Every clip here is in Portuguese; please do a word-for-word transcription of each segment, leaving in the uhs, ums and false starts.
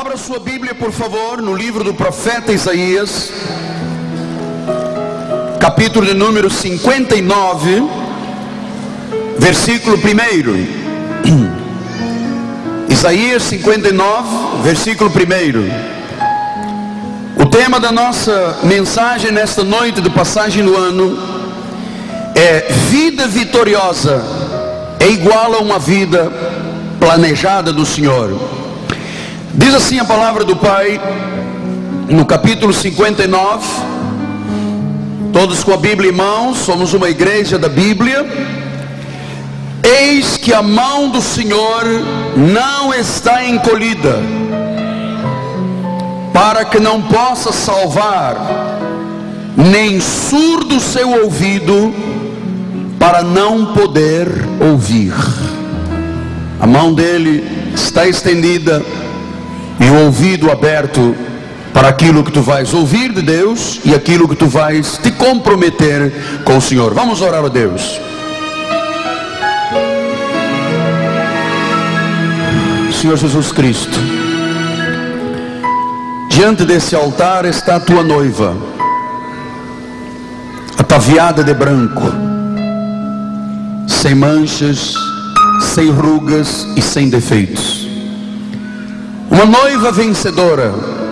Abra sua Bíblia, por favor, no livro do profeta Isaías, capítulo de número cinquenta e nove, versículo primeiro. Isaías cinquenta e nove, versículo primeiro. O tema da nossa mensagem nesta noite de passagem do ano é: vida vitoriosa é igual a uma vida planejada do Senhor. Diz assim a palavra do Pai, no capítulo cinquenta e nove, todos com a Bíblia em mãos, somos uma igreja da Bíblia. Eis que a mão do Senhor não está encolhida, para que não possa salvar, nem surdo o seu ouvido, para não poder ouvir. A mão dele está estendida e o ouvido aberto para aquilo que tu vais ouvir de Deus e aquilo que tu vais te comprometer com o Senhor. Vamos orar a Deus. Senhor Jesus Cristo, diante desse altar está a tua noiva, ataviada de branco, sem manchas, sem rugas e sem defeitos. Uma noiva vencedora,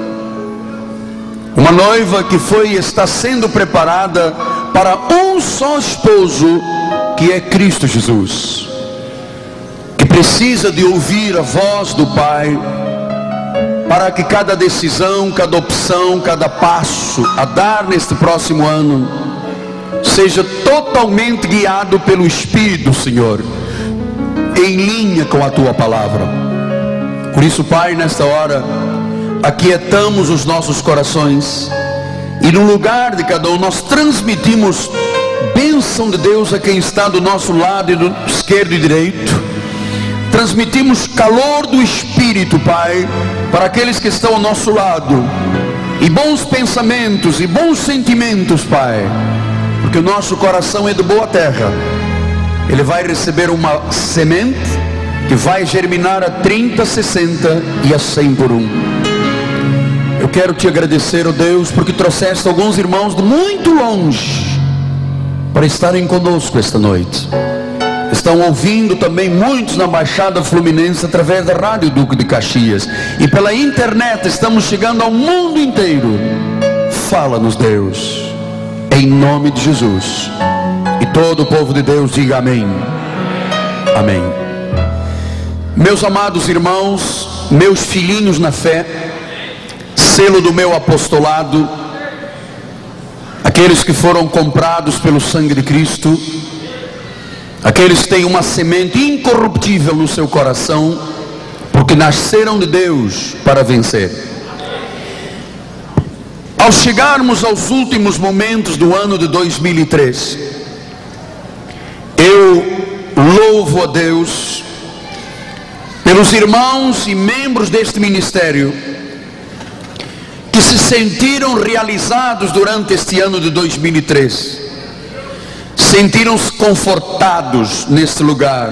uma noiva que foi e está sendo preparada para um só esposo, que é Cristo Jesus, que precisa de ouvir a voz do Pai, para que cada decisão, cada opção, cada passo a dar neste próximo ano seja totalmente guiado pelo Espírito do Senhor, em linha com a tua palavra. Por isso, Pai, nesta hora aquietamos os nossos corações, e no lugar de cada um nós transmitimos bênção de Deus a quem está do nosso lado, e do esquerdo e direito. Transmitimos calor do Espírito, Pai, para aqueles que estão ao nosso lado, e bons pensamentos e bons sentimentos, Pai, porque o nosso coração é de boa terra. Ele vai receber uma semente que vai germinar a trinta, sessenta e a cem por um. Eu quero te agradecer, ó Deus, porque trouxeste alguns irmãos de muito longe para estarem conosco esta noite. Estão ouvindo também muitos na Baixada Fluminense através da Rádio Duque de Caxias, e pela internet estamos chegando ao mundo inteiro. Fala-nos, Deus, em nome de Jesus. E todo o povo de Deus diga amém. Amém. Meus amados irmãos, meus filhinhos na fé, selo do meu apostolado, aqueles que foram comprados pelo sangue de Cristo, aqueles que têm uma semente incorruptível no seu coração, porque nasceram de Deus para vencer. Ao chegarmos aos últimos momentos do ano de dois mil e três, eu louvo a Deus pelos irmãos e membros deste ministério que se sentiram realizados durante este ano de dois mil e três. Sentiram-se confortados neste lugar,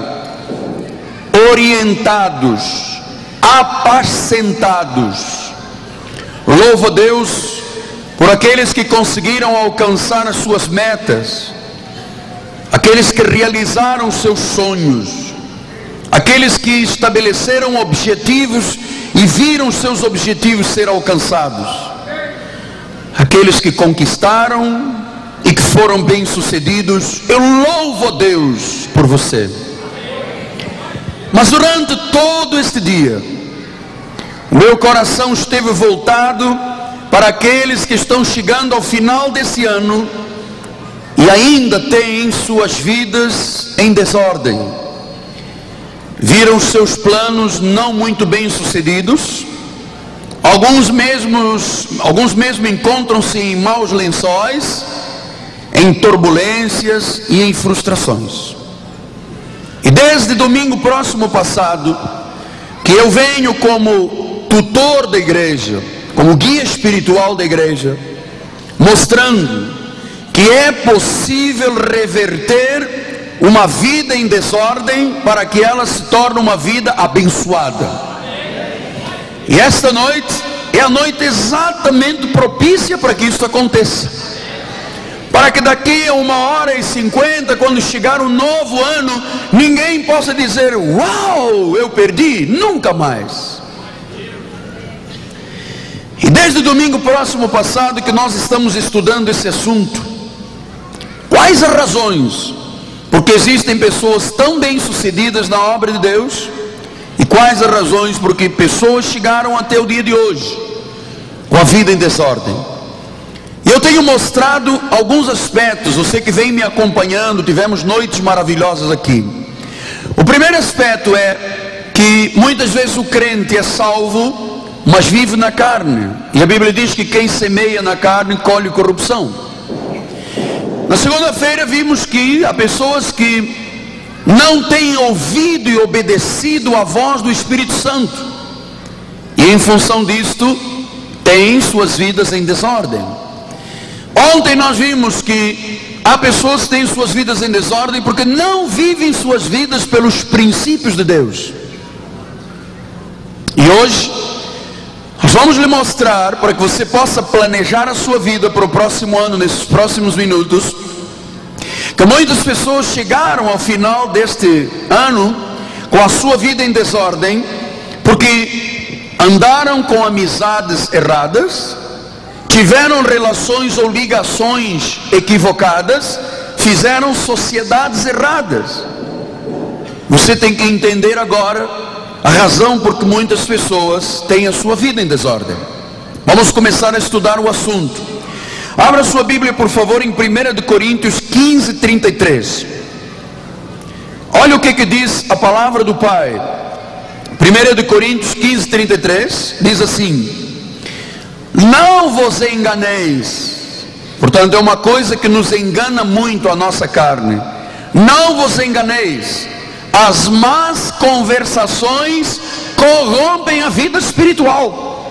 orientados, apacentados. Louvo a Deus por aqueles que conseguiram alcançar as suas metas, aqueles que realizaram seus sonhos, aqueles que estabeleceram objetivos e viram seus objetivos ser alcançados, aqueles que conquistaram e que foram bem-sucedidos. Eu louvo a Deus por você. Mas durante todo este dia, o meu coração esteve voltado para aqueles que estão chegando ao final desse ano e ainda têm suas vidas em desordem. Viram seus planos não muito bem sucedidos. Alguns mesmos, alguns mesmo encontram-se em maus lençóis, em turbulências e em frustrações. E desde domingo próximo passado, que eu venho como tutor da igreja, como guia espiritual da igreja, mostrando que é possível reverter uma vida em desordem para que ela se torne uma vida abençoada. E esta noite é a noite exatamente propícia para que isso aconteça. Para que daqui a uma hora e cinquenta, quando chegar um novo ano, ninguém possa dizer: uau, eu perdi, nunca mais. E desde o domingo próximo passado que nós estamos estudando esse assunto. Quais as razões porque existem pessoas tão bem-sucedidas na obra de Deus? E quais as razões porque pessoas chegaram até o dia de hoje com a vida em desordem? E eu tenho mostrado alguns aspectos. Você que vem me acompanhando, tivemos noites maravilhosas aqui. O primeiro aspecto é que muitas vezes o crente é salvo, mas vive na carne. E a Bíblia diz que quem semeia na carne colhe corrupção. Na segunda-feira vimos que há pessoas que não têm ouvido e obedecido à voz do Espírito Santo. E em função disto, têm suas vidas em desordem. Ontem nós vimos que há pessoas que têm suas vidas em desordem porque não vivem suas vidas pelos princípios de Deus. E hoje nós vamos lhe mostrar, para que você possa planejar a sua vida para o próximo ano, nesses próximos minutos, que muitas pessoas chegaram ao final deste ano com a sua vida em desordem porque andaram com amizades erradas, tiveram relações ou ligações equivocadas, fizeram sociedades erradas. Você tem que entender agora a razão por que muitas pessoas têm a sua vida em desordem. Vamos começar a estudar o assunto. Abra sua Bíblia, por favor, em primeira de Coríntios quinze, trinta e três. Olha o que, que diz a palavra do Pai. primeira de Coríntios quinze, trinta e três, diz assim: não vos enganeis. Portanto, é uma coisa que nos engana muito a nossa carne. Não vos enganeis. As más conversações corrompem a vida espiritual.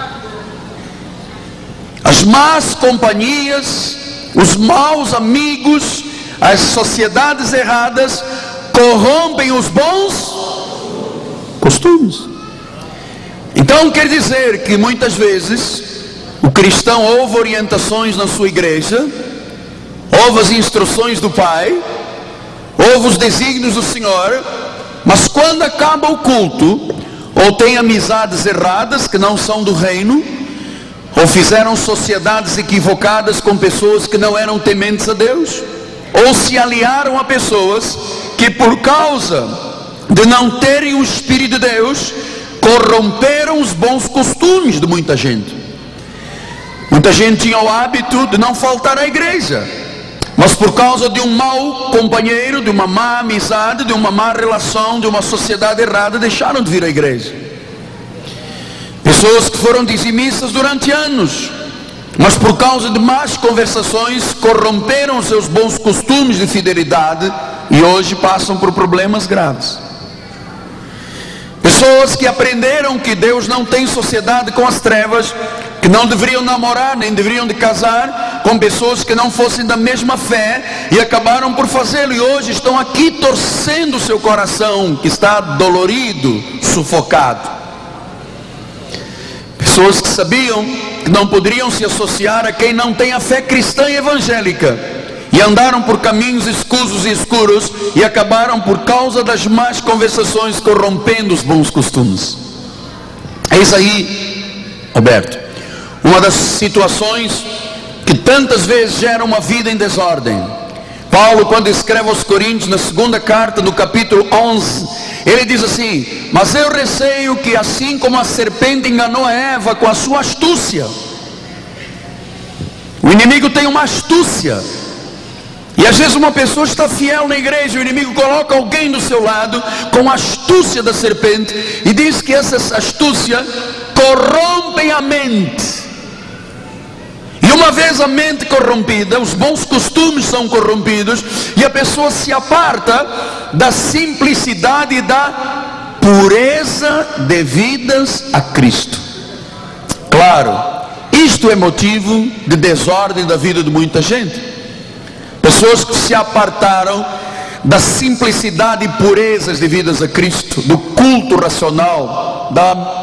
As más companhias, os maus amigos, as sociedades erradas corrompem os bons costumes. Então quer dizer que muitas vezes o cristão ouve orientações na sua igreja, ouve as instruções do Pai, ouve os desígnios do Senhor, mas quando acaba o culto, ou tem amizades erradas que não são do reino, ou fizeram sociedades equivocadas com pessoas que não eram tementes a Deus, ou se aliaram a pessoas que por causa de não terem o Espírito de Deus, corromperam os bons costumes de muita gente. Muita gente tinha o hábito de não faltar à igreja, mas por causa de um mau companheiro, de uma má amizade, de uma má relação, de uma sociedade errada, deixaram de vir à igreja. Pessoas que foram dizimistas durante anos, mas por causa de más conversações, corromperam seus bons costumes de fidelidade e hoje passam por problemas graves. Pessoas que aprenderam que Deus não tem sociedade com as trevas, que não deveriam namorar, nem deveriam de casar com pessoas que não fossem da mesma fé, e acabaram por fazê-lo, e hoje estão aqui torcendo o seu coração, que está dolorido, sufocado. Pessoas que sabiam que não poderiam se associar a quem não tem a fé cristã e evangélica, e andaram por caminhos escusos e escuros, e acabaram por causa das más conversações corrompendo os bons costumes. Eis aí, Roberto, uma das situações que tantas vezes gera uma vida em desordem. Paulo, quando escreve aos Coríntios, na segunda carta, no capítulo onze, ele diz assim: mas eu receio que assim como a serpente enganou a Eva com a sua astúcia, o inimigo tem uma astúcia. E às vezes uma pessoa está fiel na igreja, o inimigo coloca alguém do seu lado com a astúcia da serpente, e diz que essa astúcia corrompe a mente. E uma vez a mente corrompida, os bons costumes são corrompidos, e a pessoa se aparta da simplicidade e da pureza devidas a Cristo. Claro, isto é motivo de desordem da vida de muita gente. Pessoas que se apartaram da simplicidade e purezas devidas a Cristo, do culto racional, da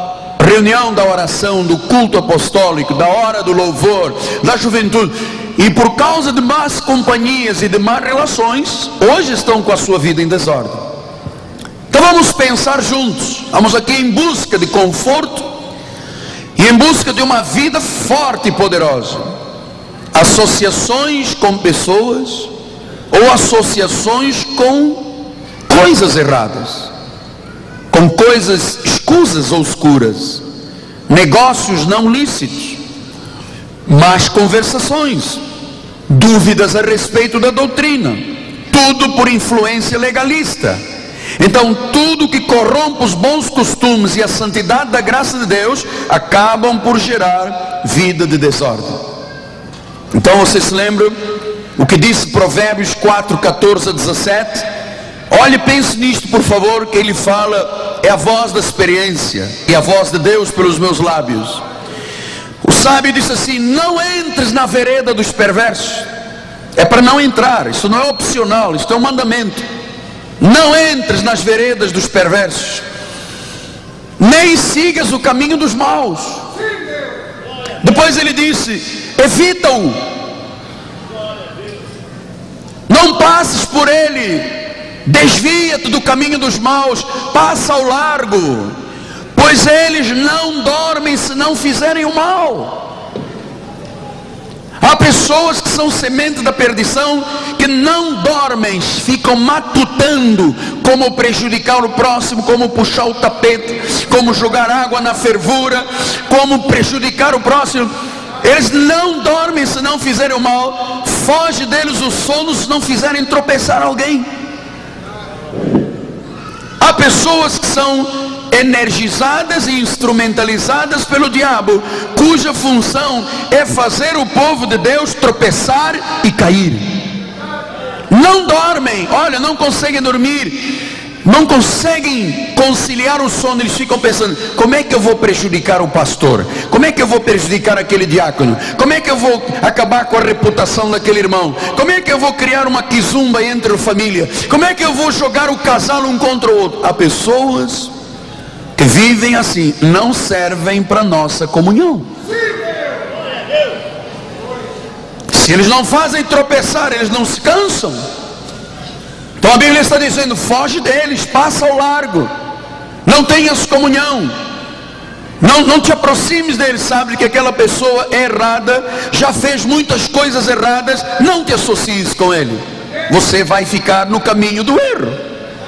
reunião da oração, do culto apostólico, da hora do louvor, da juventude, e por causa de más companhias e de más relações, hoje estão com a sua vida em desordem. Então vamos pensar juntos. Vamos aqui em busca de conforto e em busca de uma vida forte e poderosa. Associações com pessoas ou associações com coisas erradas, com coisas escusas ou escuras, negócios não lícitos, más conversações, dúvidas a respeito da doutrina, tudo por influência legalista. Então tudo que corrompe os bons costumes e a santidade da graça de Deus acabam por gerar vida de desordem. Então você se lembra o que disse Provérbios quatro, catorze a dezessete? Olhe, pense nisto por favor, que ele fala, é a voz da experiência e a voz de Deus pelos meus lábios. O sábio disse assim: não entres na vereda dos perversos. É para não entrar, isso não é opcional, isso é um mandamento. Não entres nas veredas dos perversos, nem sigas o caminho dos maus. Depois ele disse: evita-o, não passes por ele, desvia-te do caminho dos maus, passa ao largo, pois eles não dormem se não fizerem o mal. Há pessoas que são semente da perdição, que não dormem, ficam matutando como prejudicar o próximo, como puxar o tapete, como jogar água na fervura, como prejudicar o próximo. Eles não dormem se não fizerem o mal. Foge deles o sono se não fizerem tropeçar alguém. Há pessoas que são energizadas e instrumentalizadas pelo diabo, cuja função é fazer o povo de Deus tropeçar e cair. Não dormem, olha, não conseguem dormir, não conseguem conciliar o sono. Eles ficam pensando: como é que eu vou prejudicar o pastor? Como é que eu vou prejudicar aquele diácono? Como é que eu vou acabar com a reputação daquele irmão? Como é que eu vou criar uma quizumba entre a família? Como é que eu vou jogar o casal um contra o outro? Há pessoas que vivem assim, não servem para nossa comunhão. Se eles não fazem tropeçar, eles não se cansam. Então a Bíblia está dizendo: foge deles, passa ao largo, não tenhas comunhão, não, não te aproximes deles. Sabe que aquela pessoa é errada, já fez muitas coisas erradas, não te associes com ele, você vai ficar no caminho do erro.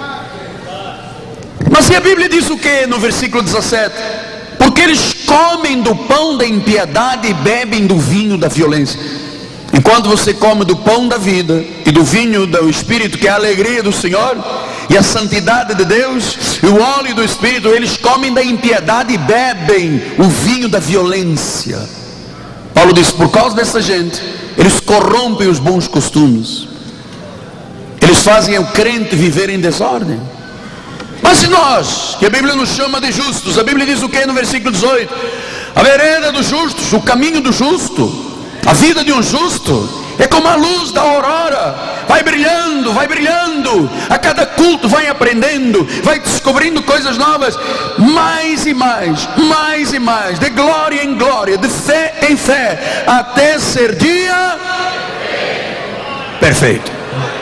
Mas e a Bíblia diz o que no versículo dezessete? Porque eles comem do pão da impiedade e bebem do vinho da violência. Enquanto você come do pão da vida e do vinho do Espírito, que é a alegria do Senhor e a santidade de Deus e o óleo do Espírito, eles comem da impiedade e bebem o vinho da violência. Paulo diz: por causa dessa gente, eles corrompem os bons costumes, eles fazem o crente viver em desordem. Mas se nós, que a Bíblia nos chama de justos, a Bíblia diz o que no versículo dezoito? A vereda dos justos, o caminho do justo, a vida de um justo é como a luz da aurora, vai brilhando, vai brilhando, a cada culto vai aprendendo, vai descobrindo coisas novas, mais e mais, mais e mais, de glória em glória, de fé em fé, até ser dia perfeito.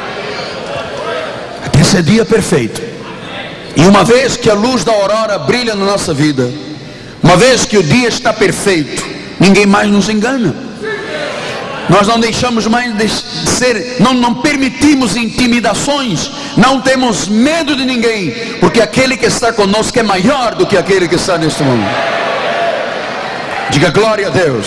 Até ser dia perfeito. E uma vez que a luz da aurora brilha na nossa vida, uma vez que o dia está perfeito, ninguém mais nos engana. Nós não deixamos mais de ser, não, não permitimos intimidações, não temos medo de ninguém, porque aquele que está conosco é maior do que aquele que está neste mundo. Diga glória a Deus.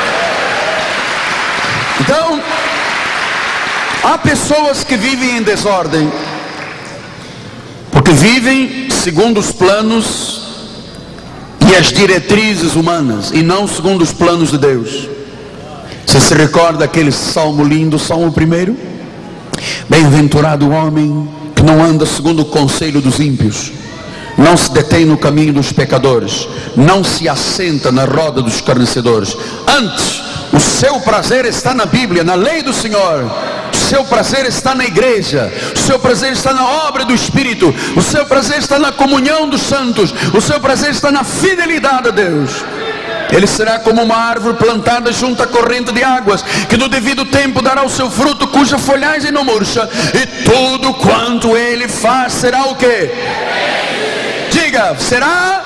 Então, há pessoas que vivem em desordem, porque vivem segundo os planos e as diretrizes humanas, e não segundo os planos de Deus. Você se recorda aquele salmo lindo, salmo primeiro? Bem-aventurado o homem que não anda segundo o conselho dos ímpios, não se detém no caminho dos pecadores, não se assenta na roda dos escarnecedores. Antes, o seu prazer está na Bíblia, na lei do Senhor. seu prazer está na igreja, o seu prazer está na obra do Espírito, o seu prazer está na comunhão dos santos, o seu prazer está na fidelidade a Deus. Ele será como uma árvore plantada junto à corrente de águas, que no devido tempo dará o seu fruto, cuja folhagem não murcha, e tudo quanto ele faz será o quê? Diga, será?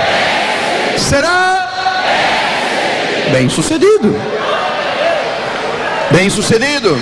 Será? Bem sucedido. Bem sucedido.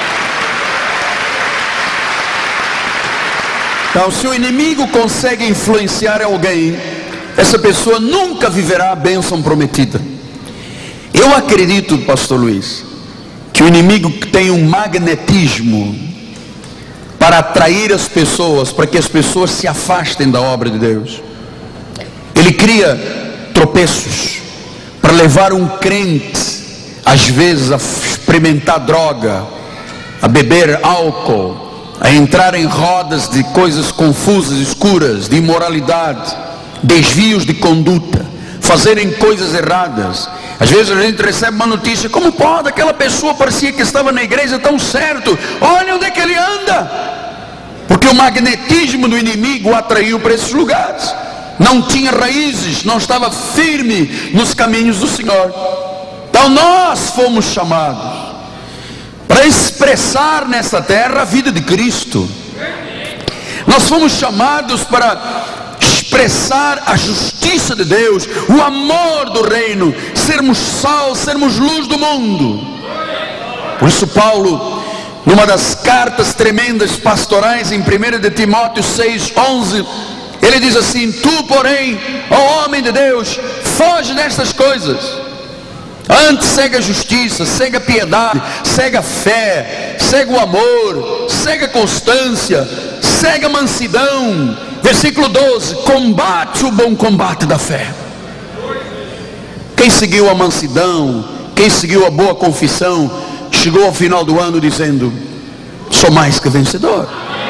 Então, se o inimigo consegue influenciar alguém, essa pessoa nunca viverá a bênção prometida. Eu acredito, pastor Luiz, que o inimigo tem um magnetismo para atrair as pessoas, para que as pessoas se afastem da obra de Deus. Ele cria tropeços para levar um crente, às vezes, a experimentar droga, a beber álcool, a entrar em rodas de coisas confusas, escuras, de imoralidade, desvios de conduta, fazerem coisas erradas. Às vezes a gente recebe uma notícia: como pode, aquela pessoa parecia que estava na igreja tão certo, olha onde é que ele anda. Porque o magnetismo do inimigo o atraiu para esses lugares. Não tinha raízes, não estava firme nos caminhos do Senhor. Então nós fomos chamados para expressar nessa terra a vida de Cristo. Nós fomos chamados para expressar a justiça de Deus, o amor do reino, sermos sal, sermos luz do mundo. Por isso Paulo, numa das cartas tremendas pastorais, em primeira de Timóteo seis, onze, ele diz assim: tu porém, ó homem de Deus, foge destas coisas. Antes segue a justiça, segue a piedade, segue a fé, segue o amor, segue a constância, segue a mansidão. Versículo doze: combate o bom combate da fé. Quem seguiu a mansidão, quem seguiu a boa confissão, chegou ao final do ano dizendo: sou mais que vencedor.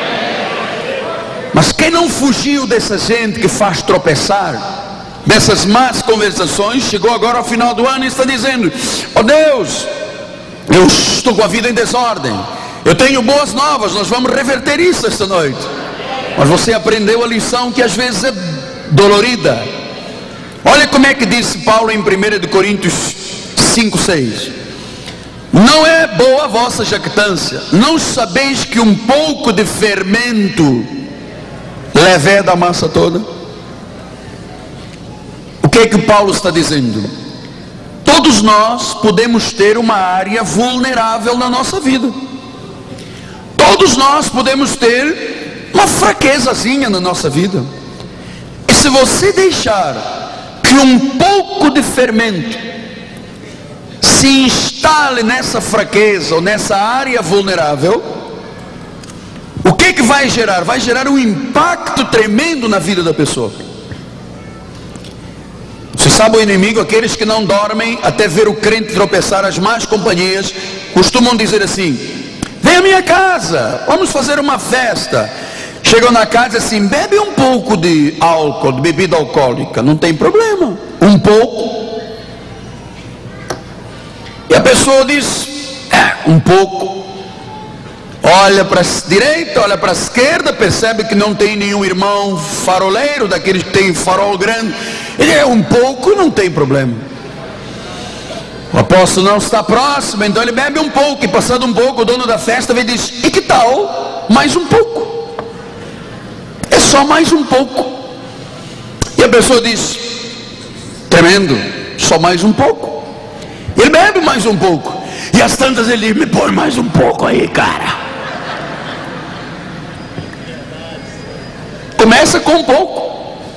Mas quem não fugiu dessa gente que faz tropeçar, dessas más conversações, chegou agora ao final do ano e está dizendo: ó Deus, eu estou com a vida em desordem, eu tenho boas novas, nós vamos reverter isso esta noite. Mas você aprendeu a lição que às vezes é dolorida. Olha como é que disse Paulo em primeira de Coríntios cinco, seis: não é boa a vossa jactância, não sabeis que um pouco de fermento leveda a massa toda? O que é que Paulo está dizendo? Todos nós podemos ter uma área vulnerável na nossa vida. Todos nós podemos ter uma fraquezazinha na nossa vida. E se você deixar que um pouco de fermento se instale nessa fraqueza ou nessa área vulnerável, o que é que vai gerar? Vai gerar um impacto tremendo na vida da pessoa. Você sabe, o inimigo, aqueles que não dormem até ver o crente tropeçar, as más companhias, costumam dizer assim: vem à minha casa, vamos fazer uma festa. Chegam na casa assim: bebe um pouco de álcool, de bebida alcoólica. Não tem problema, um pouco. E a pessoa diz: é, um pouco. Olha para a direita, olha para a esquerda, percebe que não tem nenhum irmão faroleiro, daqueles que tem farol grande. Ele é um pouco, não tem problema. O apóstolo não está próximo, então ele bebe um pouco. E passando um pouco, o dono da festa vem e diz: e que tal mais um pouco? É só mais um pouco. E a pessoa diz: tremendo, só mais um pouco. Ele bebe mais um pouco. E as tantas ele diz: me põe mais um pouco aí, cara. Começa com um pouco.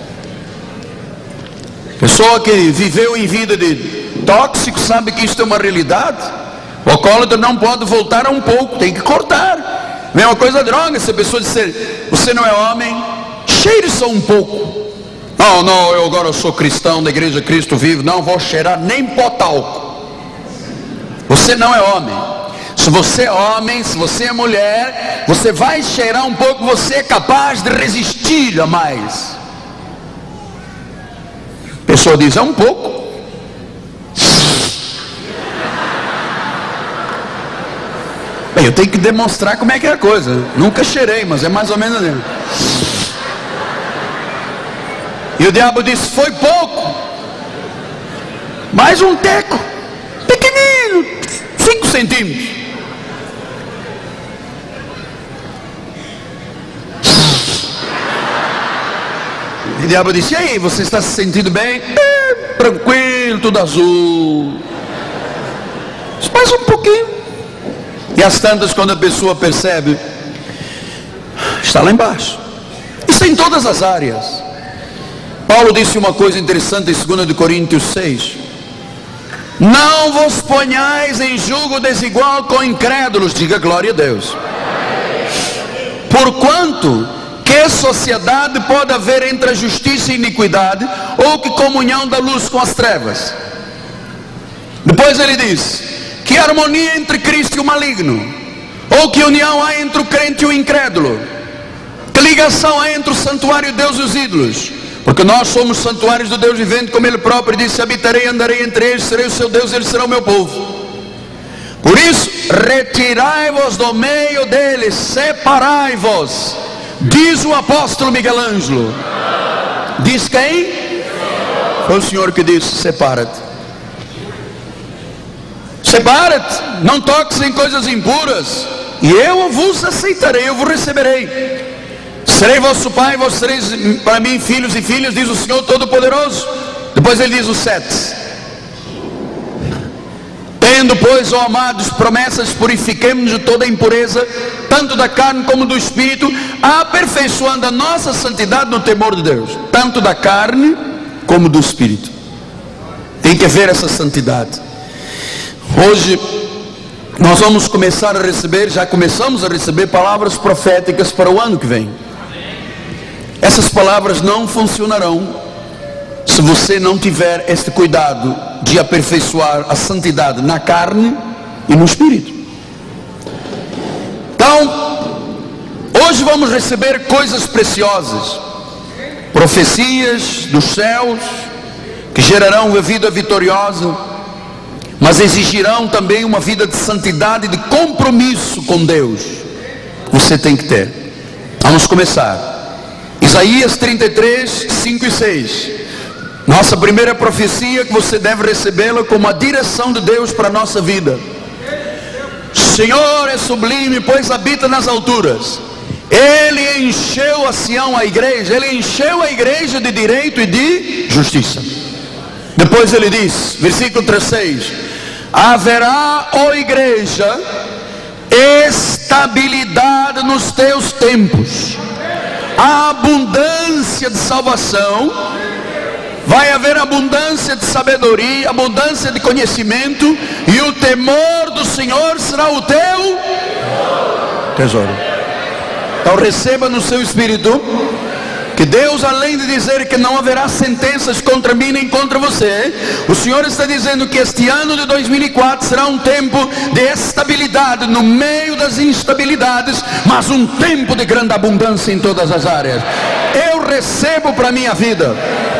Pessoa que viveu em vida de tóxico sabe que isso é uma realidade. O alcoólatra não pode voltar a um pouco, tem que cortar. Mesma coisa a droga. Se a pessoa disser: você não é homem, cheire só um pouco. Não, não, eu agora sou cristão da igreja Cristo Vivo, não vou cheirar nem pó talco. Você não é homem. Se você é homem, se você é mulher, você vai cheirar um pouco, você é capaz de resistir a mais. A pessoa diz: é um pouco. Bem, eu tenho que demonstrar como é que é a coisa. Nunca cheirei, mas é mais ou menos assim. E o diabo disse: foi pouco. Mais um teco, pequenino, cinco centímetros. E o diabo disse: e aí, você está se sentindo bem? É, tranquilo, tudo azul. Mais um pouquinho. E as tantas, quando a pessoa percebe, está lá embaixo. Isso em todas as áreas. Paulo disse uma coisa interessante em dois Coríntios seis: não vos ponhais em julgo desigual com incrédulos. Diga glória a Deus. Porquanto que sociedade pode haver entre a justiça e a iniquidade, ou que comunhão da luz com as trevas? Depois ele diz: que harmonia entre Cristo e o maligno, ou que união há entre o crente e o incrédulo? Que ligação há entre o santuário de Deus e os ídolos? Porque nós somos santuários do Deus vivente, como ele próprio disse: habitarei e andarei entre eles, serei o seu Deus e eles serão o meu povo. Por isso, retirai-vos do meio deles, separai-vos, diz o apóstolo Miguel Ângelo. Diz quem? Foi o Senhor que disse: separa-te. Separa-te, não toques em coisas impuras, e eu vos aceitarei, eu vos receberei. Serei vosso pai, vós sereis para mim filhos e filhas, diz o Senhor Todo-Poderoso. Depois ele diz o sete: tendo, pois, ó amados, promessas, purifiquemo-nos de toda a impureza, tanto da carne como do espírito, aperfeiçoando a nossa santidade no temor de Deus. Tanto da carne como do espírito. Tem que haver essa santidade. Hoje nós vamos começar a receber, já começamos a receber palavras proféticas para o ano que vem. Essas palavras não funcionarão se você não tiver este cuidado de aperfeiçoar a santidade na carne e no espírito. Então, hoje vamos receber coisas preciosas, profecias dos céus, que gerarão uma vida vitoriosa, mas exigirão também uma vida de santidade e de compromisso com Deus. Você tem que ter. Vamos começar. Isaías trinta e três, cinco e seis. Nossa primeira profecia, que você deve recebê-la como a direção de Deus para a nossa vida. Senhor é sublime, pois habita nas alturas. Ele encheu a Sião, a igreja. Ele encheu a igreja de direito e de justiça. Depois ele diz, versículo dezesseis: haverá, ó igreja, estabilidade nos teus tempos, a abundância de salvação, vai haver abundância de sabedoria, abundância de conhecimento, e o temor do Senhor será o teu tesouro. Então receba no seu espírito que Deus, além de dizer que não haverá sentenças contra mim nem contra você, o Senhor está dizendo que este ano de dois mil e quatro será um tempo de estabilidade no meio das instabilidades, mas um tempo de grande abundância em todas as áreas. Eu recebo para a minha vida.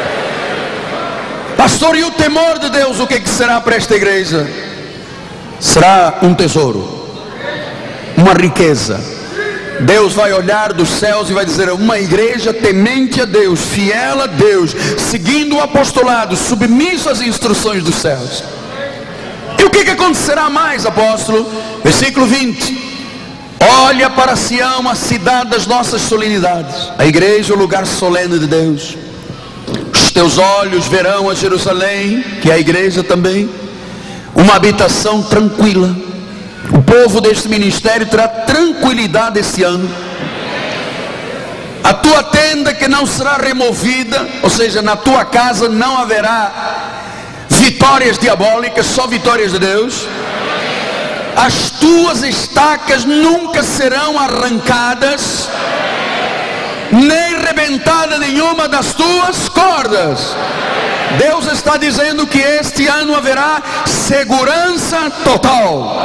Pastor, e o temor de Deus, o que, que será para esta igreja? Será um tesouro, uma riqueza. Deus vai olhar dos céus e vai dizer: uma igreja temente a Deus, fiel a Deus, seguindo o apostolado, submisso às instruções dos céus. E o que, que acontecerá mais, apóstolo? Versículo vinte: olha para Sião, a cidade das nossas solenidades. A igreja é o lugar solene de Deus. Os teus olhos verão a Jerusalém, que é a igreja também, uma habitação tranquila. O povo deste ministério terá tranquilidade este ano. A tua tenda que não será removida, ou seja, na tua casa não haverá vitórias diabólicas, só vitórias de Deus. As tuas estacas nunca serão arrancadas, nem rebentada nenhuma das tuas cordas. Deus está dizendo que este ano haverá segurança total.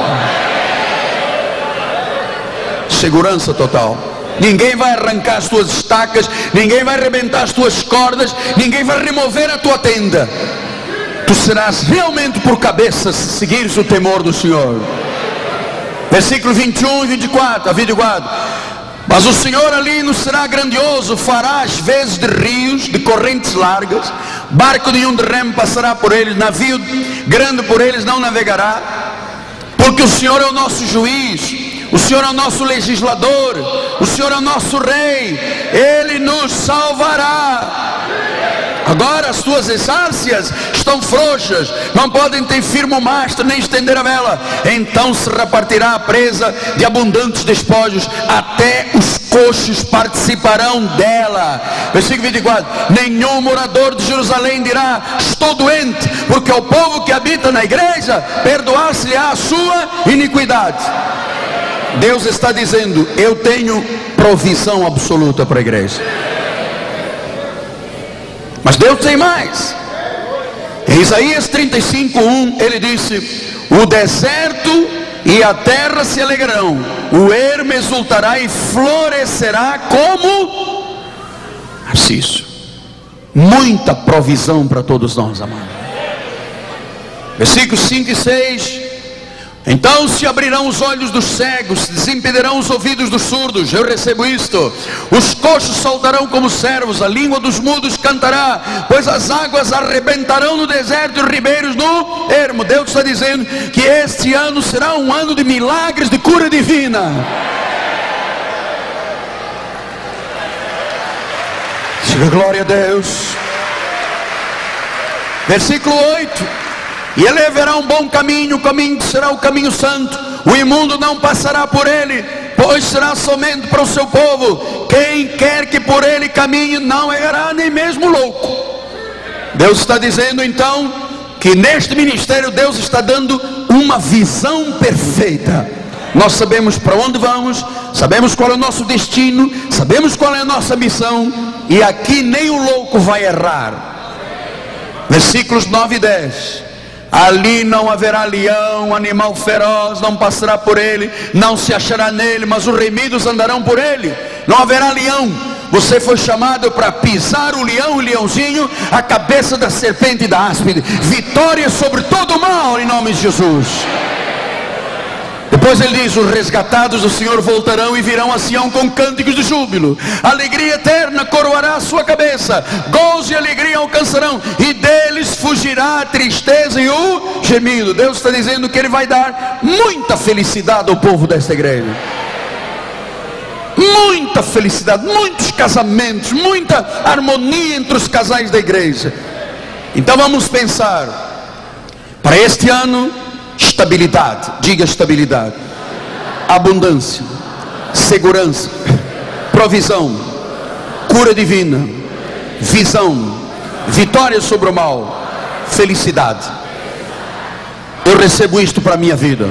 Segurança total. Ninguém vai arrancar as tuas estacas, ninguém vai arrebentar as tuas cordas, ninguém vai remover a tua tenda. Tu serás realmente por cabeça se seguires o temor do Senhor. Versículo vinte e um e vinte e quatro, a vida e guarda. Mas o Senhor ali nos será grandioso, fará as vezes de rios, de correntes largas, barco nenhum de remo passará por eles, navio grande por eles não navegará, porque o Senhor é o nosso juiz, o Senhor é o nosso legislador, o Senhor é o nosso rei, Ele nos salvará. Agora as tuas estárcias estão frouxas, não podem ter firme o mastro, nem estender a vela. Então se repartirá a presa de abundantes despojos, até os coxos participarão dela. Versículo vinte e quatro. Nenhum morador de Jerusalém dirá: estou doente, porque o povo que habita na igreja, perdoar-se-lhe-á a sua iniquidade. Deus está dizendo: eu tenho provisão absoluta para a igreja. Mas Deus tem mais. Em Isaías trinta e cinco, um, ele disse: o deserto e a terra se alegrarão, o ermo exultará e florescerá como narciso. Muita provisão para todos nós, amados. Versículos cinco e seis. Então se abrirão os olhos dos cegos, se desimpedirão os ouvidos dos surdos. Eu recebo isto. Os coxos saltarão como servos, a língua dos mudos cantará, pois as águas arrebentarão no deserto e os ribeiros no ermo. Deus está dizendo que este ano será um ano de milagres, de cura divina. Diga glória a Deus. Versículo oito. E ele haverá um bom caminho, o caminho será o caminho santo, o imundo não passará por ele, pois será somente para o seu povo. Quem quer que por ele caminhe não errará, nem mesmo louco. Deus está dizendo então que neste ministério Deus está dando uma visão perfeita. Nós sabemos para onde vamos, sabemos qual é o nosso destino, sabemos qual é a nossa missão, e aqui nem o louco vai errar. Versículos nove e dez. Ali não haverá leão, animal feroz não passará por ele, não se achará nele, mas os remidos andarão por ele. Não haverá leão. Você foi chamado para pisar o leão, o leãozinho, a cabeça da serpente e da áspide. Vitória sobre todo o mal em nome de Jesus. Depois ele diz: os resgatados do Senhor voltarão e virão a Sião com cânticos de júbilo. Alegria eterna coroará a sua cabeça, gozo e alegria alcançarão, e deles fugirá a tristeza e o gemido. Deus está dizendo que Ele vai dar muita felicidade ao povo desta igreja. Muita felicidade, muitos casamentos, muita harmonia entre os casais da igreja. Então vamos pensar, para este ano, estabilidade, diga estabilidade, abundância, segurança, provisão, cura divina, visão, vitória sobre o mal, felicidade. Eu recebo isto para a minha vida.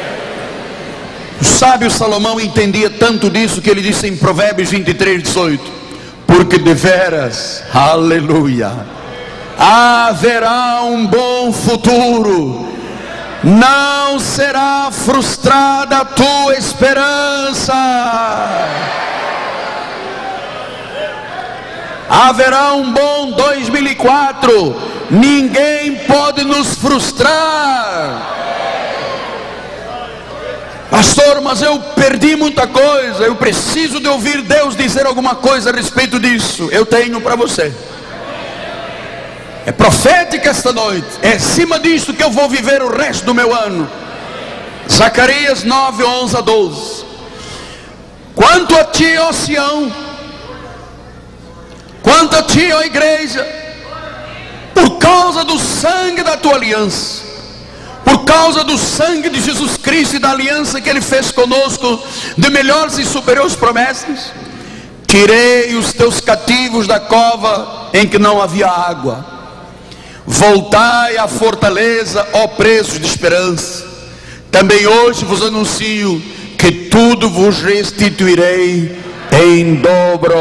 O sábio Salomão entendia tanto disso que ele disse em Provérbios vinte e três, dezoito: porque deveras, aleluia, haverá um bom futuro, não será frustrada a tua esperança. Haverá um bom dois mil e quatro, ninguém pode nos frustrar. Pastor, mas eu perdi muita coisa, eu preciso de ouvir Deus dizer alguma coisa a respeito disso. Eu tenho para você. É profética esta noite. É acima disso que eu vou viver o resto do meu ano. Zacarias nove, onze a doze. Quanto a ti, ó Sião, quanto a ti, ó igreja, por causa do sangue da tua aliança, por causa do sangue de Jesus Cristo e da aliança que Ele fez conosco, de melhores e superiores promessas, tirei os teus cativos da cova em que não havia água. Voltai à fortaleza, ó presos de esperança. Também hoje vos anuncio que tudo vos restituirei em dobro.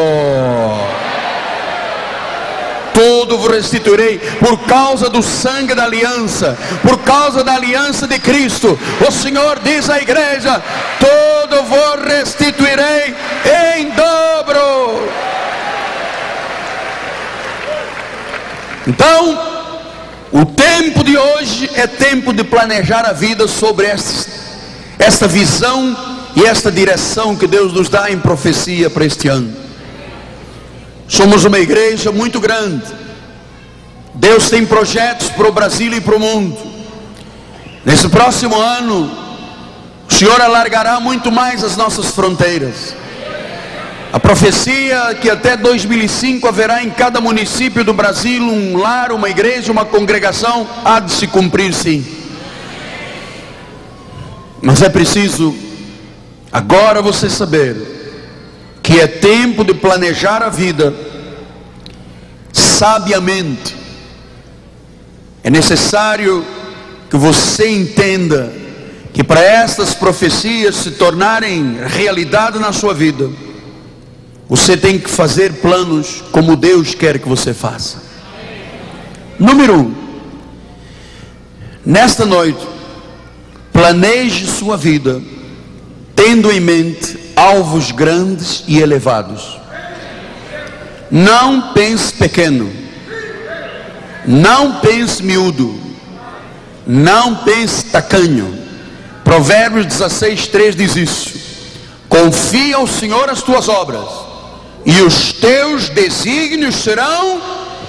Tudo vos restituirei por causa do sangue da aliança, por causa da aliança de Cristo. O Senhor diz à igreja: tudo vos restituirei em dobro. Então, o tempo de hoje é tempo de planejar a vida sobre estes, esta visão e esta direção que Deus nos dá em profecia para este ano. Somos uma igreja muito grande. Deus tem projetos para o Brasil e para o mundo. Nesse próximo ano, o Senhor alargará muito mais as nossas fronteiras. A profecia que até dois mil e cinco haverá em cada município do Brasil um lar, uma igreja, uma congregação, há de se cumprir, sim. Mas é preciso agora você saber que é tempo de planejar a vida sabiamente. É necessário que você entenda que para estas profecias se tornarem realidade na sua vida, você tem que fazer planos como Deus quer que você faça. Número um, nesta noite, planeje sua vida tendo em mente alvos grandes e elevados. Não pense pequeno, não pense miúdo, não pense tacanho. Provérbios dezesseis, três diz isso: confia ao Senhor as tuas obras, e os teus desígnios serão.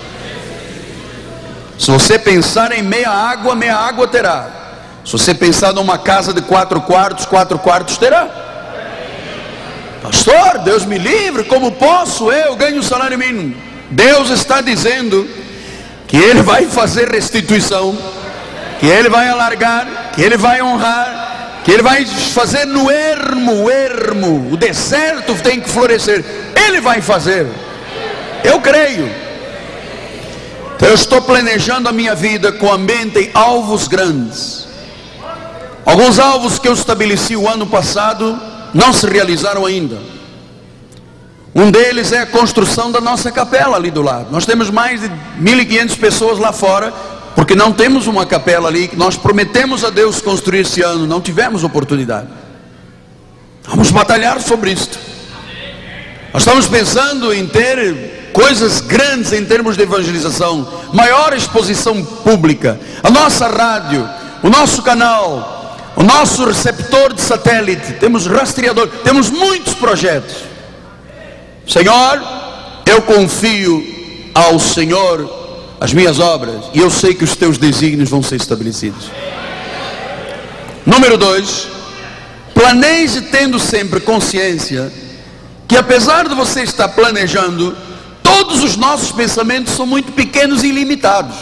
Se você pensar em meia água, meia água terá. Se você pensar numa casa de quatro quartos, quatro quartos terá. Pastor, Deus me livre, como posso eu ganho salário mínimo? Deus está dizendo que Ele vai fazer restituição, que Ele vai alargar, que Ele vai honrar, que Ele vai fazer no ermo, o ermo, o deserto tem que florescer. Ele vai fazer. Eu creio. Então eu estou planejando a minha vida com a mente em alvos grandes. Alguns alvos que eu estabeleci o ano passado não se realizaram ainda. Um deles é a construção da nossa capela ali do lado. Nós temos mais de mil e quinhentas pessoas lá fora, porque não temos uma capela ali que nós prometemos a Deus construir esse ano, não tivemos oportunidade. Vamos batalhar sobre isto. Nós estamos pensando em ter coisas grandes em termos de evangelização, maior exposição pública, a nossa rádio, o nosso canal, o nosso receptor de satélite, temos rastreador, temos muitos projetos. Senhor, eu confio ao Senhor as minhas obras, e eu sei que os teus desígnios vão ser estabelecidos. Número dois, planeje tendo sempre consciência que apesar de você estar planejando, todos os nossos pensamentos são muito pequenos e ilimitados.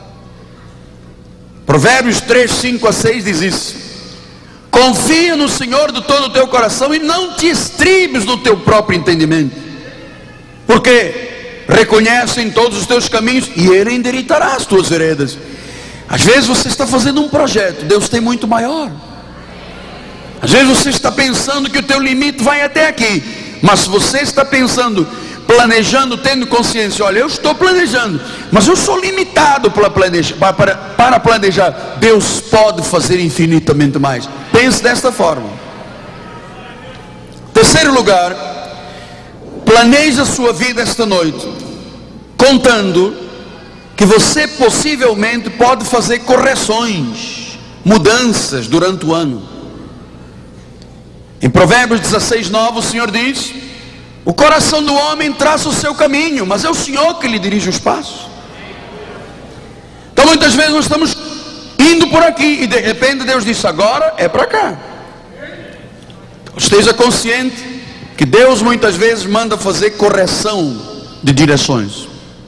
Provérbios três, cinco a seis diz isso: confia no Senhor de todo o teu coração e não te estribes no teu próprio entendimento, porque reconhece em todos os teus caminhos e Ele endireitará as tuas veredas. Às vezes você está fazendo um projeto, Deus tem muito maior. Às vezes você está pensando que o teu limite vai até aqui, mas se você está pensando, planejando, tendo consciência, olha, eu estou planejando, mas eu sou limitado para planejar, para, para planejar. Deus pode fazer infinitamente mais. Pense desta forma. Terceiro lugar, planeje a sua vida esta noite, contando que você possivelmente pode fazer correções, mudanças durante o ano. Em Provérbios dezesseis, nove, o Senhor diz: o coração do homem traça o seu caminho, mas é o Senhor que lhe dirige os passos. Então muitas vezes nós estamos indo por aqui e de repente Deus disse: agora é para cá. Esteja consciente que Deus muitas vezes manda fazer correção de direções.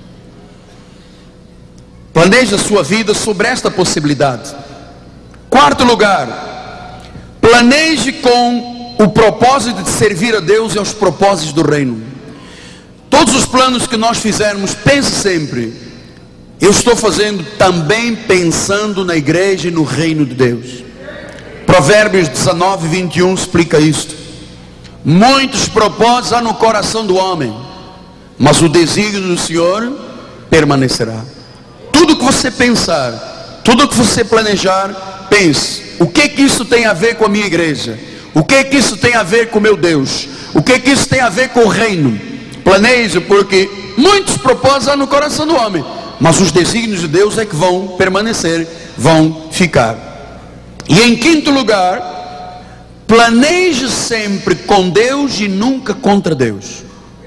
Planeje a sua vida sobre esta possibilidade. Quarto lugar, planeje com o propósito de servir a Deus e aos propósitos do reino. Todos os planos que nós fizermos, pense sempre: eu estou fazendo também pensando na igreja e no reino de Deus. Provérbios dezenove, vinte e um explica isto: muitos propósitos há no coração do homem, mas o desígnio do Senhor permanecerá. Tudo que você pensar, tudo que você planejar, pense: o que que isso tem a ver com a minha igreja? O que que isso tem a ver com o meu Deus? O que que isso tem a ver com o reino? Planeje, porque muitos propósitos há no coração do homem, mas os desígnios de Deus é que vão permanecer, vão ficar. E em quinto lugar, planeje sempre com Deus e nunca contra Deus.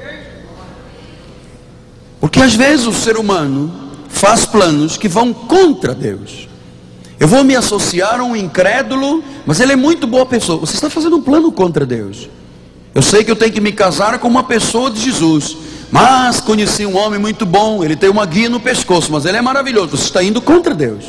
Porque às vezes o ser humano faz planos que vão contra Deus. Eu vou me associar a um incrédulo, mas ele é muito boa pessoa. Você está fazendo um plano contra Deus. Eu sei que eu tenho que me casar com uma pessoa de Jesus, mas conheci um homem muito bom, ele tem uma guia no pescoço, mas ele é maravilhoso. Você está indo contra Deus.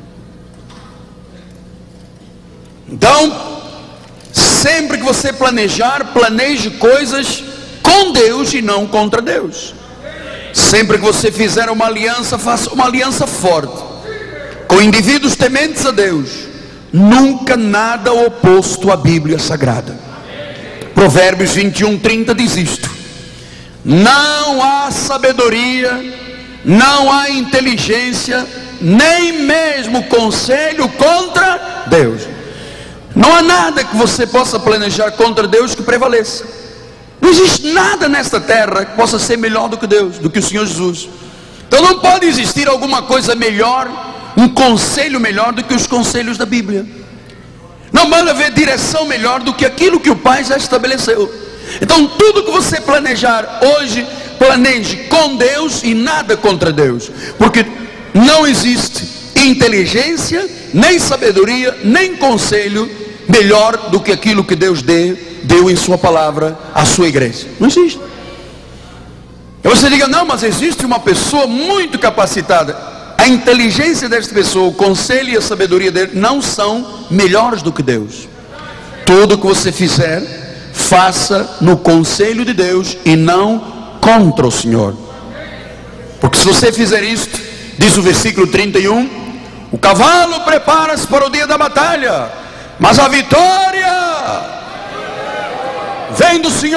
Então, sempre que você planejar, planeje coisas com Deus e não contra Deus. Sempre que você fizer uma aliança, faça uma aliança forte com indivíduos tementes a Deus. Nunca nada oposto à Bíblia Sagrada. Provérbios vinte e um, trinta diz isto: não há sabedoria, não há inteligência, nem mesmo conselho contra Deus. Não há nada que você possa planejar contra Deus que prevaleça. Não existe nada nesta terra que possa ser melhor do que Deus, do que o Senhor Jesus. Então não pode existir alguma coisa melhor, um conselho melhor do que os conselhos da Bíblia. Não pode haver direção melhor do que aquilo que o Pai já estabeleceu. Então tudo que você planejar hoje, planeje com Deus e nada contra Deus. Porque não existe inteligência, nem sabedoria, nem conselho melhor do que aquilo que Deus dê, deu em sua palavra à sua igreja. Não existe. E você diga, não, mas existe uma pessoa muito capacitada. A inteligência desta pessoa, o conselho e a sabedoria dele não são melhores do que Deus. Tudo que você fizer, faça no conselho de Deus e não contra o Senhor. Porque se você fizer isto, diz o versículo trinta e um, o cavalo prepara-se para o dia da batalha, mas a vitória vem do Senhor.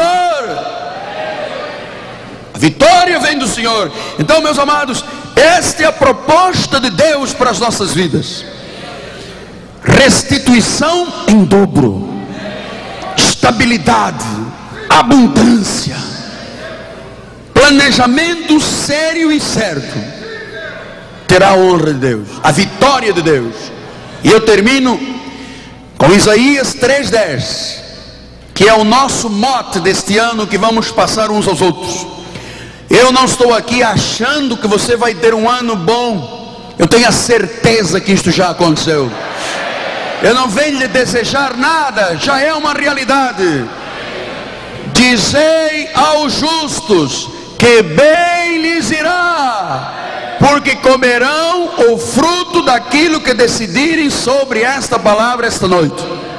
A vitória vem do Senhor. Então, meus amados, esta é a proposta de Deus para as nossas vidas: restituição em dobro, estabilidade, abundância, planejamento sério e certo. Terá a honra de Deus, a vitória de Deus. E eu termino com Isaías três, dez, que é o nosso mote deste ano que vamos passar uns aos outros. Eu não estou aqui achando que você vai ter um ano bom. Eu tenho a certeza que isto já aconteceu. Eu não venho lhe desejar nada, já é uma realidade. Dizei aos justos que bem lhes irá, porque comerão o fruto daquilo que decidirem sobre esta palavra esta noite.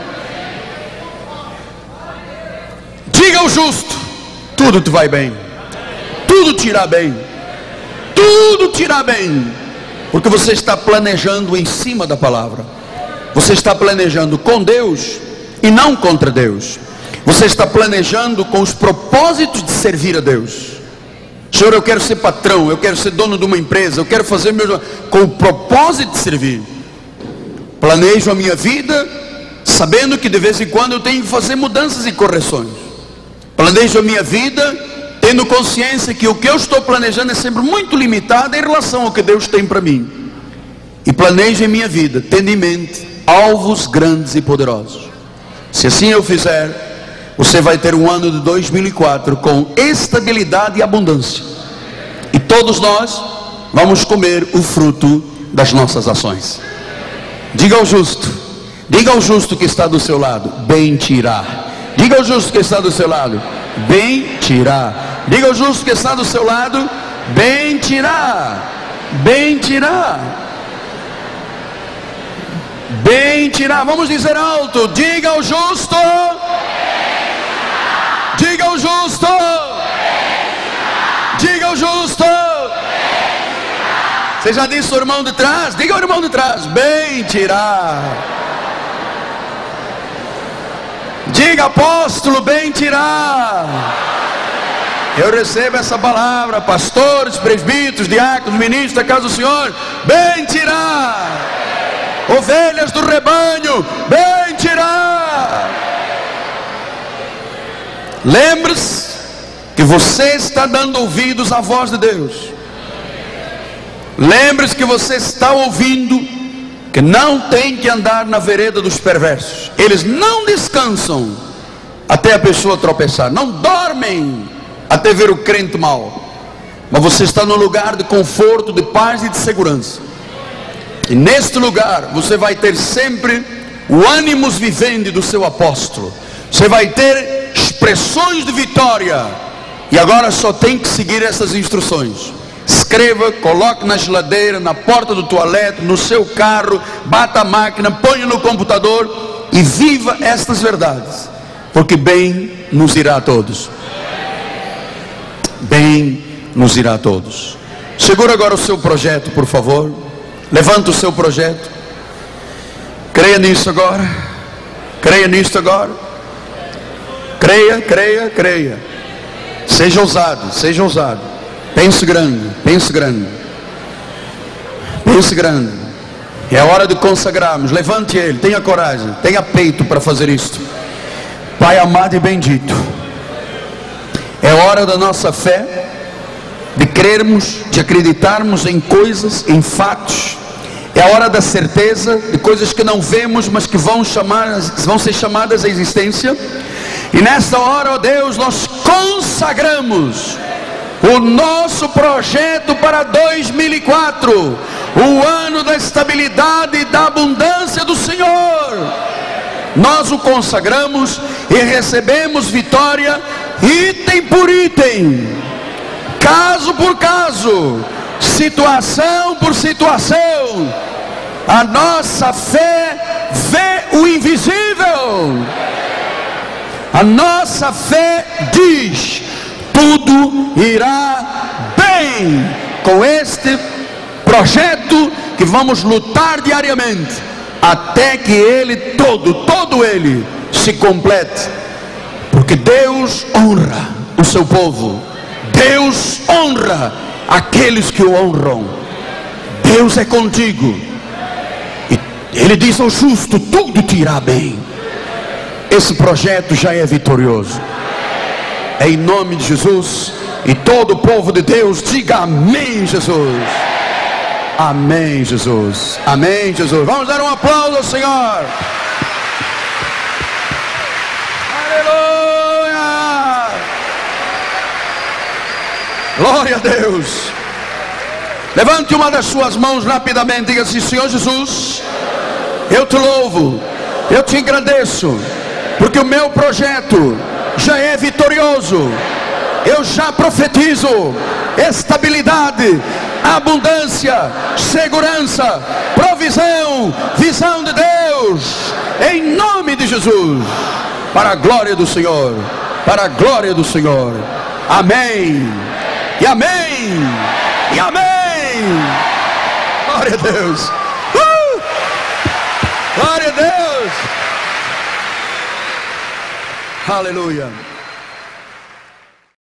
Diga ao justo, tudo te vai bem, tudo te irá bem, tudo te irá bem, porque você está planejando em cima da palavra. Você está planejando com Deus e não contra Deus. Você está planejando com os propósitos de servir a Deus. Senhor, eu quero ser patrão, eu quero ser dono de uma empresa, eu quero fazer meu, com o propósito de servir. Planejo a minha vida sabendo que de vez em quando eu tenho que fazer mudanças e correções. Planejo a minha vida tendo consciência que o que eu estou planejando é sempre muito limitado em relação ao que Deus tem para mim. E planejo a minha vida tendo em mente alvos grandes e poderosos. Se assim eu fizer, você vai ter um ano de dois mil e quatro com estabilidade e abundância. E todos nós vamos comer o fruto das nossas ações. Diga ao justo, diga ao justo que está do seu lado, bem te irá. Diga ao justo que está do seu lado, bem te irá. Diga ao justo que está do seu lado, bem te irá. Bem te irá. Bem te irá. Vamos dizer alto, diga ao justo. Diga ao justo. Diga ao justo. Você já disse ao irmão de trás? Diga ao irmão de trás, bem te irá. Diga, apóstolo, bem te irá. Eu recebo essa palavra, pastores, presbíteros, diáconos, ministros da casa do Senhor, bem te irá. Ovelhas do rebanho, bem te irá. Lembre-se que você está dando ouvidos à voz de Deus. Lembre-se que você está ouvindo que não tem que andar na vereda dos perversos. Eles não descansam até a pessoa tropeçar, não dormem até ver o crente mal. Mas você está num lugar de conforto, de paz e de segurança. E neste lugar você vai ter sempre o ânimo vivendi do seu apóstolo. Você vai ter expressões de vitória. E agora só tem que seguir essas instruções. Escreva, coloque na geladeira, na porta do toalete, no seu carro, bata a máquina, ponha no computador e viva estas verdades, porque bem nos irá a todos. Bem nos irá a todos. Segura agora o seu projeto, por favor. Levanta o seu projeto. Creia nisso agora. Creia nisso agora. Creia, creia, creia. Seja ousado, seja ousado. Pense grande, pense grande. Pense grande. É hora de consagrarmos. Levante ele, tenha coragem, tenha peito para fazer isto. Pai amado e bendito, é hora da nossa fé, de crermos, de acreditarmos em coisas, em fatos. É a hora da certeza de coisas que não vemos, mas que vão, chamar, vão ser chamadas à existência. E nesta hora, ó Deus, nós consagramos o nosso projeto para dois mil e quatro, o ano da estabilidade e da abundância do Senhor. Nós o consagramos e recebemos vitória, item por item, caso por caso, situação por situação. A nossa fé vê o invisível. A nossa fé diz: tudo irá bem com este projeto que vamos lutar diariamente, até que ele todo, todo ele se complete. Porque Deus honra o seu povo. Deus honra aqueles que o honram. Deus é contigo. E ele diz ao justo: tudo te irá bem. Esse projeto já é vitorioso. É em nome de Jesus. E todo o povo de Deus diga amém, Jesus. Amém, Jesus. Amém, Jesus. Vamos dar um aplauso ao Senhor. Aleluia. Glória a Deus. Levante uma das suas mãos rapidamente e diga assim: Senhor Jesus, eu te louvo, eu te agradeço, porque o meu projeto já é vitorioso. Eu já profetizo estabilidade, abundância, segurança, provisão, visão de Deus, em nome de Jesus, para a glória do Senhor, para a glória do Senhor. Amém, e amém, e amém. Glória a Deus. Uh! Glória a Deus. Aleluia.